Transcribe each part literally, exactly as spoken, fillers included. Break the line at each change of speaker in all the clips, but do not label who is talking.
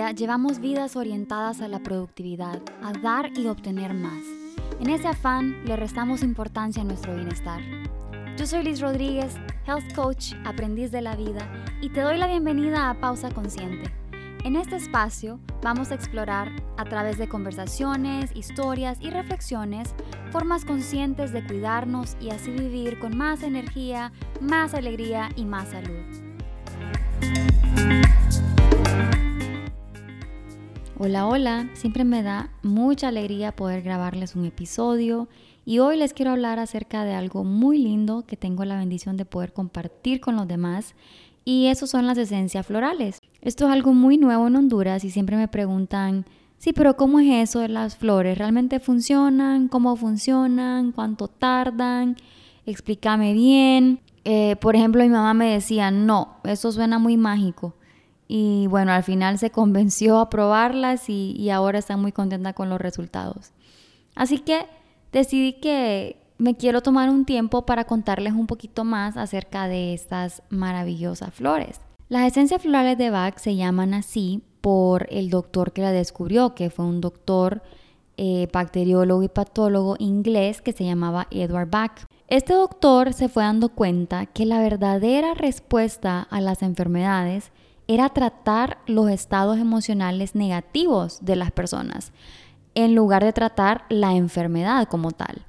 día llevamos vidas orientadas a la productividad, a dar y obtener más. En ese afán le restamos importancia a nuestro bienestar. Yo soy Liz Rodríguez, Health Coach, aprendiz de la vida, y te doy la bienvenida a Pausa Consciente. En este espacio vamos a explorar, a través de conversaciones, historias y reflexiones, formas conscientes de cuidarnos y así vivir con más energía, más alegría y más salud. Hola, hola, siempre me da mucha alegría poder grabarles un episodio y hoy les quiero hablar acerca de algo muy lindo que tengo la bendición de poder compartir con los demás y eso son las esencias florales. Esto es algo muy nuevo en Honduras y siempre me preguntan, sí, pero ¿cómo es eso de las flores? ¿Realmente funcionan? ¿Cómo funcionan? ¿Cuánto tardan? Explícame bien. Eh, por ejemplo, mi mamá me decía, no, eso suena muy mágico. Y bueno, al final se convenció a probarlas y, y ahora está muy contenta con los resultados. Así que decidí que me quiero tomar un tiempo para contarles un poquito más acerca de estas maravillosas flores. Las esencias florales de Bach se llaman así por el doctor que la descubrió, que fue un doctor eh, bacteriólogo y patólogo inglés que se llamaba Edward Bach. Este doctor se fue dando cuenta que la verdadera respuesta a las enfermedades era tratar los estados emocionales negativos de las personas, en lugar de tratar la enfermedad como tal.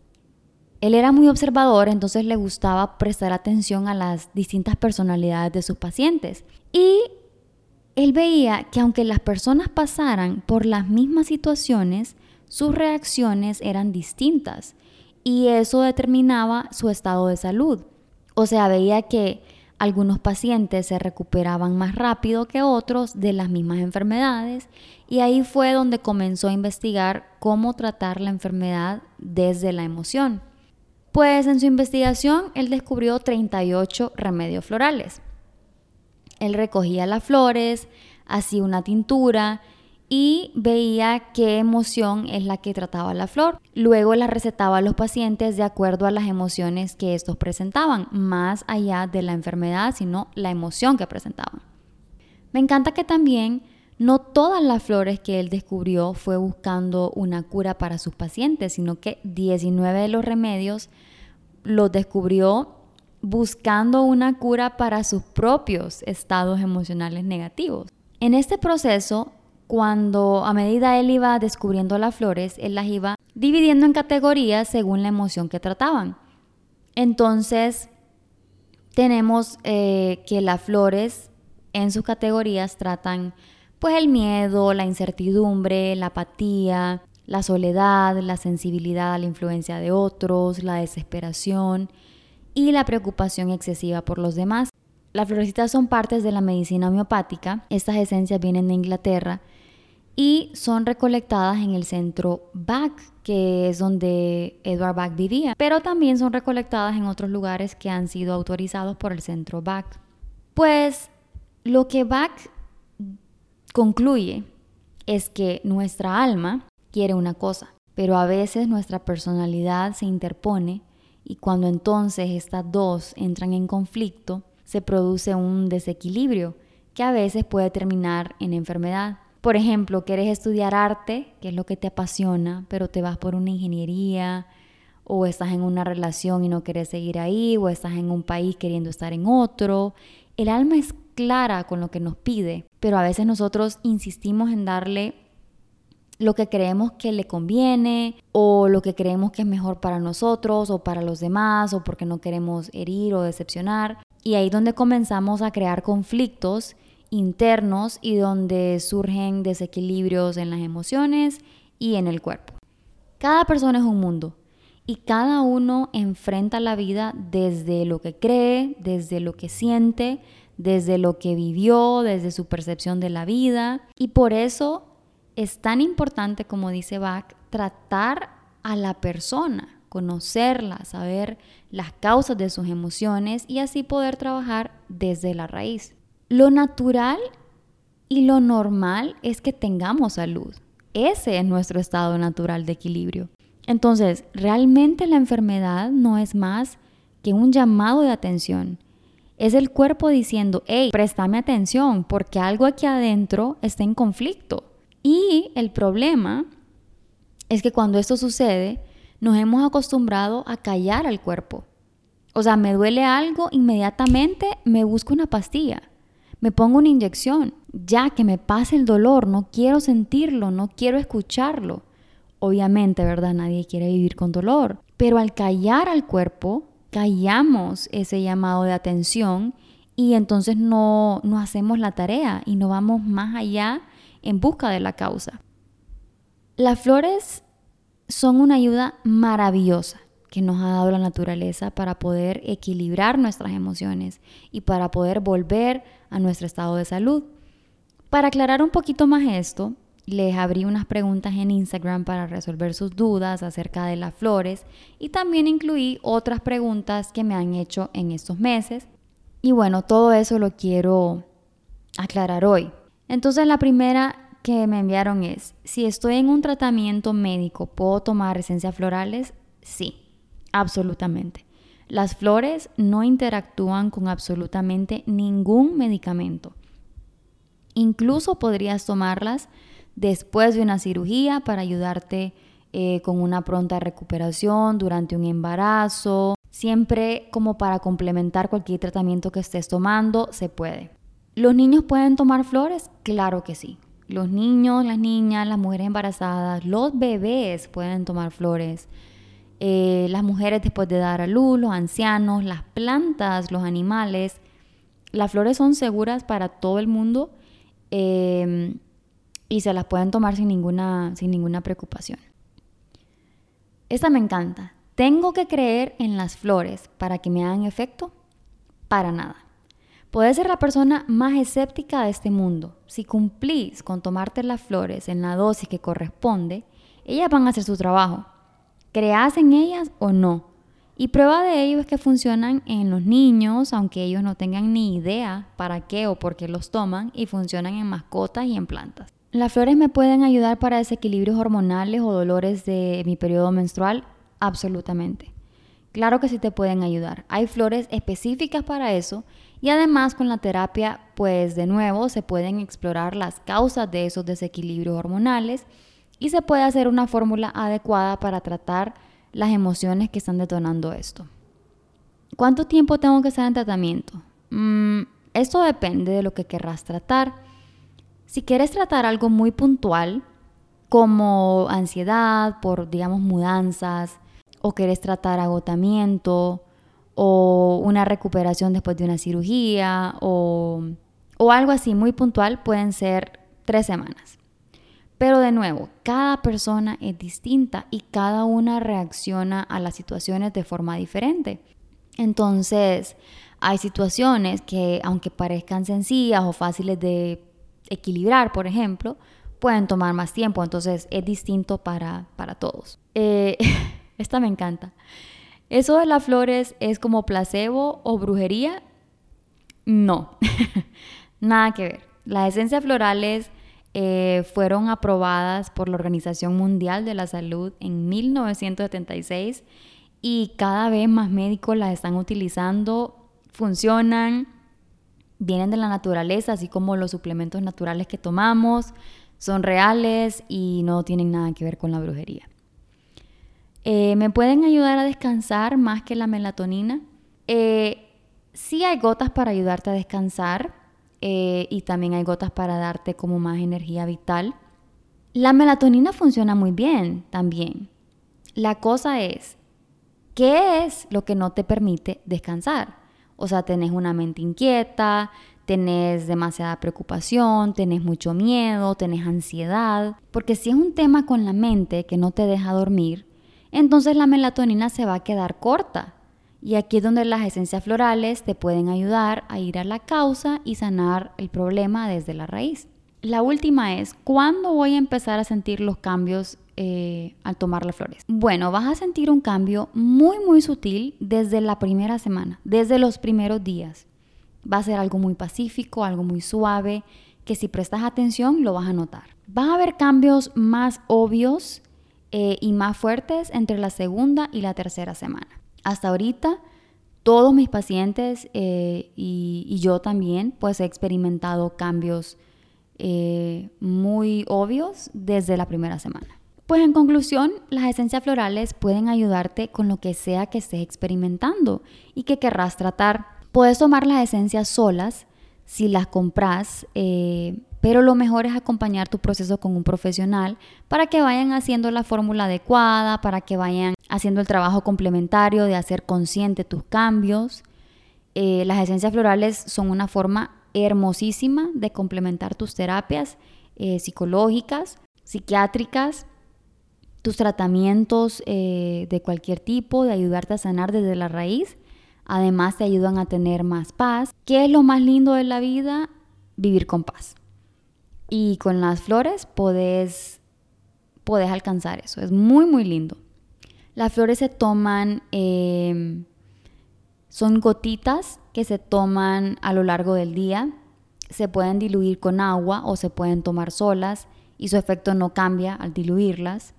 Él era muy observador, entonces le gustaba prestar atención a las distintas personalidades de sus pacientes. Y él veía que aunque las personas pasaran por las mismas situaciones, sus reacciones eran distintas y eso determinaba su estado de salud. O sea, veía que algunos pacientes se recuperaban más rápido que otros de las mismas enfermedades y ahí fue donde comenzó a investigar cómo tratar la enfermedad desde la emoción. Pues en su investigación él descubrió treinta y ocho remedios florales. Él recogía las flores, hacía una tintura y veía qué emoción es la que trataba la flor. Luego la recetaba a los pacientes de acuerdo a las emociones que estos presentaban, más allá de la enfermedad, sino la emoción que presentaban. Me encanta que también no todas las flores que él descubrió fue buscando una cura para sus pacientes, sino que diecinueve de los remedios los descubrió buscando una cura para sus propios estados emocionales negativos. En este proceso, cuando a medida él iba descubriendo las flores, él las iba dividiendo en categorías según la emoción que trataban. Entonces, tenemos eh, que las flores en sus categorías tratan pues el miedo, la incertidumbre, la apatía, la soledad, la sensibilidad a la influencia de otros, la desesperación y la preocupación excesiva por los demás. Las florecitas son partes de la medicina homeopática. Estas esencias vienen de Inglaterra y son recolectadas en el centro Bach, que es donde Edward Bach vivía, pero también son recolectadas en otros lugares que han sido autorizados por el centro Bach. Pues lo que Bach concluye es que nuestra alma quiere una cosa, pero a veces nuestra personalidad se interpone y cuando entonces estas dos entran en conflicto, se produce un desequilibrio que a veces puede terminar en enfermedad. Por ejemplo, quieres estudiar arte, que es lo que te apasiona, pero te vas por una ingeniería, o estás en una relación y no quieres seguir ahí, o estás en un país queriendo estar en otro. El alma es clara con lo que nos pide, pero a veces nosotros insistimos en darle lo que creemos que le conviene o lo que creemos que es mejor para nosotros o para los demás o porque no queremos herir o decepcionar. Y ahí es donde comenzamos a crear conflictos internos y donde surgen desequilibrios en las emociones y en el cuerpo. Cada persona es un mundo y cada uno enfrenta la vida desde lo que cree, desde lo que siente, desde lo que vivió, desde su percepción de la vida. Y por eso es tan importante, como dice Bach, tratar a la persona, conocerla, saber las causas de sus emociones y así poder trabajar desde la raíz. Lo natural y lo normal es que tengamos salud. Ese es nuestro estado natural de equilibrio. Entonces, realmente la enfermedad no es más que un llamado de atención. Es el cuerpo diciendo, hey, préstame atención porque algo aquí adentro está en conflicto. Y el problema es que cuando esto sucede, nos hemos acostumbrado a callar al cuerpo. O sea, me duele algo, inmediatamente me busco una pastilla, me pongo una inyección. Ya que me pase el dolor, no quiero sentirlo, no quiero escucharlo. Obviamente, ¿verdad? Nadie quiere vivir con dolor. Pero al callar al cuerpo, callamos ese llamado de atención y entonces no, no hacemos la tarea y no vamos más allá en busca de la causa. Las flores son una ayuda maravillosa que nos ha dado la naturaleza para poder equilibrar nuestras emociones y para poder volver a nuestro estado de salud. Para aclarar un poquito más esto, les abrí unas preguntas en Instagram para resolver sus dudas acerca de las flores y también incluí otras preguntas que me han hecho en estos meses. Y bueno, todo eso lo quiero aclarar hoy. Entonces la primera que me enviaron es, si estoy en un tratamiento médico, ¿puedo tomar esencias florales? Sí, absolutamente. Las flores no interactúan con absolutamente ningún medicamento. Incluso podrías tomarlas después de una cirugía para ayudarte eh, con una pronta recuperación durante un embarazo. Siempre como para complementar cualquier tratamiento que estés tomando, se puede. ¿Los niños pueden tomar flores? Claro que sí. Los niños, las niñas, las mujeres embarazadas, los bebés pueden tomar flores. Eh, las mujeres después de dar a luz, los ancianos, las plantas, los animales. Las flores son seguras para todo el mundo eh, y se las pueden tomar sin ninguna, sin ninguna preocupación. Esta me encanta. ¿Tengo que creer en las flores para que me hagan efecto? Para nada. Puedes ser la persona más escéptica de este mundo. Si cumplís con tomarte las flores en la dosis que corresponde, ellas van a hacer su trabajo. Creas en ellas o no. Y prueba de ello es que funcionan en los niños, aunque ellos no tengan ni idea para qué o por qué los toman, y funcionan en mascotas y en plantas. ¿Las flores me pueden ayudar para desequilibrios hormonales o dolores de mi periodo menstrual? Absolutamente. Claro que sí te pueden ayudar. Hay flores específicas para eso y además con la terapia, pues de nuevo, se pueden explorar las causas de esos desequilibrios hormonales y se puede hacer una fórmula adecuada para tratar las emociones que están detonando esto. ¿Cuánto tiempo tengo que estar en tratamiento? Mm, esto depende de lo que querrás tratar. Si quieres tratar algo muy puntual, como ansiedad por, digamos, mudanzas, o quieres tratar agotamiento, o una recuperación después de una cirugía, o, o algo así muy puntual, pueden ser tres semanas. Pero de nuevo, cada persona es distinta y cada una reacciona a las situaciones de forma diferente. Entonces, hay situaciones que, aunque parezcan sencillas o fáciles de equilibrar, por ejemplo, pueden tomar más tiempo. Entonces, es distinto para, para todos. Eh, esta me encanta. ¿Eso de las flores es como placebo o brujería? No, nada que ver. Las esencias florales Eh, fueron aprobadas por la Organización Mundial de la Salud en mil novecientos setenta y seis y cada vez más médicos las están utilizando, funcionan, vienen de la naturaleza, así como los suplementos naturales que tomamos, son reales y no tienen nada que ver con la brujería. Eh, ¿Me pueden ayudar a descansar más que la melatonina? Eh, sí hay gotas para ayudarte a descansar. Eh, y también hay gotas para darte como más energía vital. La melatonina funciona muy bien también. La cosa es, ¿qué es lo que no te permite descansar? O sea, tenés una mente inquieta, tenés demasiada preocupación, tenés mucho miedo, tenés ansiedad. Porque si es un tema con la mente que no te deja dormir, entonces la melatonina se va a quedar corta. Y aquí es donde las esencias florales te pueden ayudar a ir a la causa y sanar el problema desde la raíz. La última es, ¿cuándo voy a empezar a sentir los cambios eh, al tomar las flores? Bueno, vas a sentir un cambio muy, muy sutil desde la primera semana, desde los primeros días. Va a ser algo muy pacífico, algo muy suave, que si prestas atención lo vas a notar. Vas a ver cambios más obvios eh, y más fuertes entre la segunda y la tercera semana. Hasta ahorita todos mis pacientes eh, y, y yo también, pues he experimentado cambios eh, muy obvios desde la primera semana. Pues en conclusión, las esencias florales pueden ayudarte con lo que sea que estés experimentando y que querrás tratar. Puedes tomar las esencias solas si las compras, eh, pero lo mejor es acompañar tu proceso con un profesional para que vayan haciendo la fórmula adecuada, para que vayan haciendo el trabajo complementario de hacer consciente tus cambios. Eh, las esencias florales son una forma hermosísima de complementar tus terapias eh, psicológicas, psiquiátricas, tus tratamientos eh, de cualquier tipo, de ayudarte a sanar desde la raíz. Además te ayudan a tener más paz. ¿Qué es lo más lindo de la vida? Vivir con paz. Y con las flores podés, podés alcanzar eso. Es muy, muy lindo. Las flores se toman, eh, son gotitas que se toman a lo largo del día. Se pueden diluir con agua o se pueden tomar solas y su efecto no cambia al diluirlas.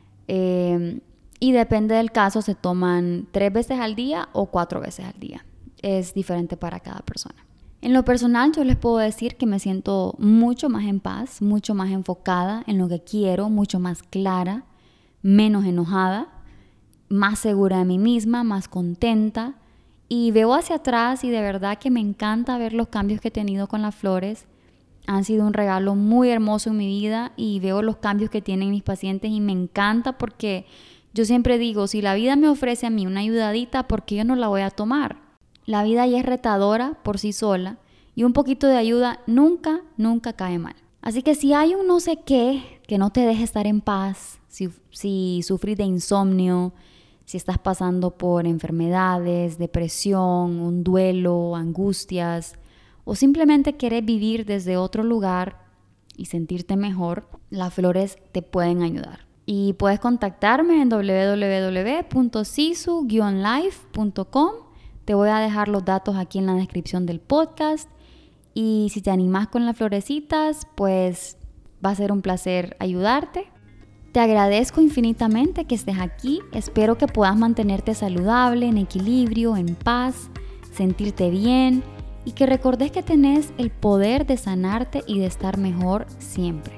Eh, y depende del caso, se toman tres veces al día o cuatro veces al día. Es diferente para cada persona. En lo personal, yo les puedo decir que me siento mucho más en paz, mucho más enfocada en lo que quiero, mucho más clara, menos enojada, más segura de mí misma, más contenta. Y veo hacia atrás y de verdad que me encanta ver los cambios que he tenido con las flores. Han sido un regalo muy hermoso en mi vida y veo los cambios que tienen mis pacientes y me encanta porque yo siempre digo, si la vida me ofrece a mí una ayudadita, ¿por qué yo no la voy a tomar? La vida ya es retadora por sí sola y un poquito de ayuda nunca, nunca cae mal. Así que si hay un no sé qué que no te deje estar en paz, si, si sufres de insomnio, si estás pasando por enfermedades, depresión, un duelo, angustias, o simplemente quieres vivir desde otro lugar y sentirte mejor, las flores te pueden ayudar. Y puedes contactarme en doble u doble u doble u punto sisu guion life punto com. Te voy a dejar los datos aquí en la descripción del podcast. Y si te animas con las florecitas, pues va a ser un placer ayudarte. Te agradezco infinitamente que estés aquí. Espero que puedas mantenerte saludable, en equilibrio, en paz, sentirte bien y que recordes que tenés el poder de sanarte y de estar mejor siempre.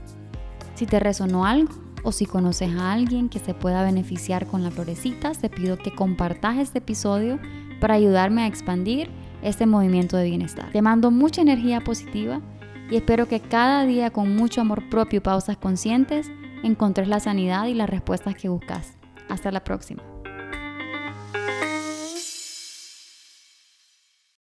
Si te resonó algo o si conoces a alguien que se pueda beneficiar con las florecitas, te pido que compartas este episodio para ayudarme a expandir este movimiento de bienestar. Te mando mucha energía positiva y espero que cada día con mucho amor propio y pausas conscientes encontres la sanidad y las respuestas que buscas. Hasta la próxima.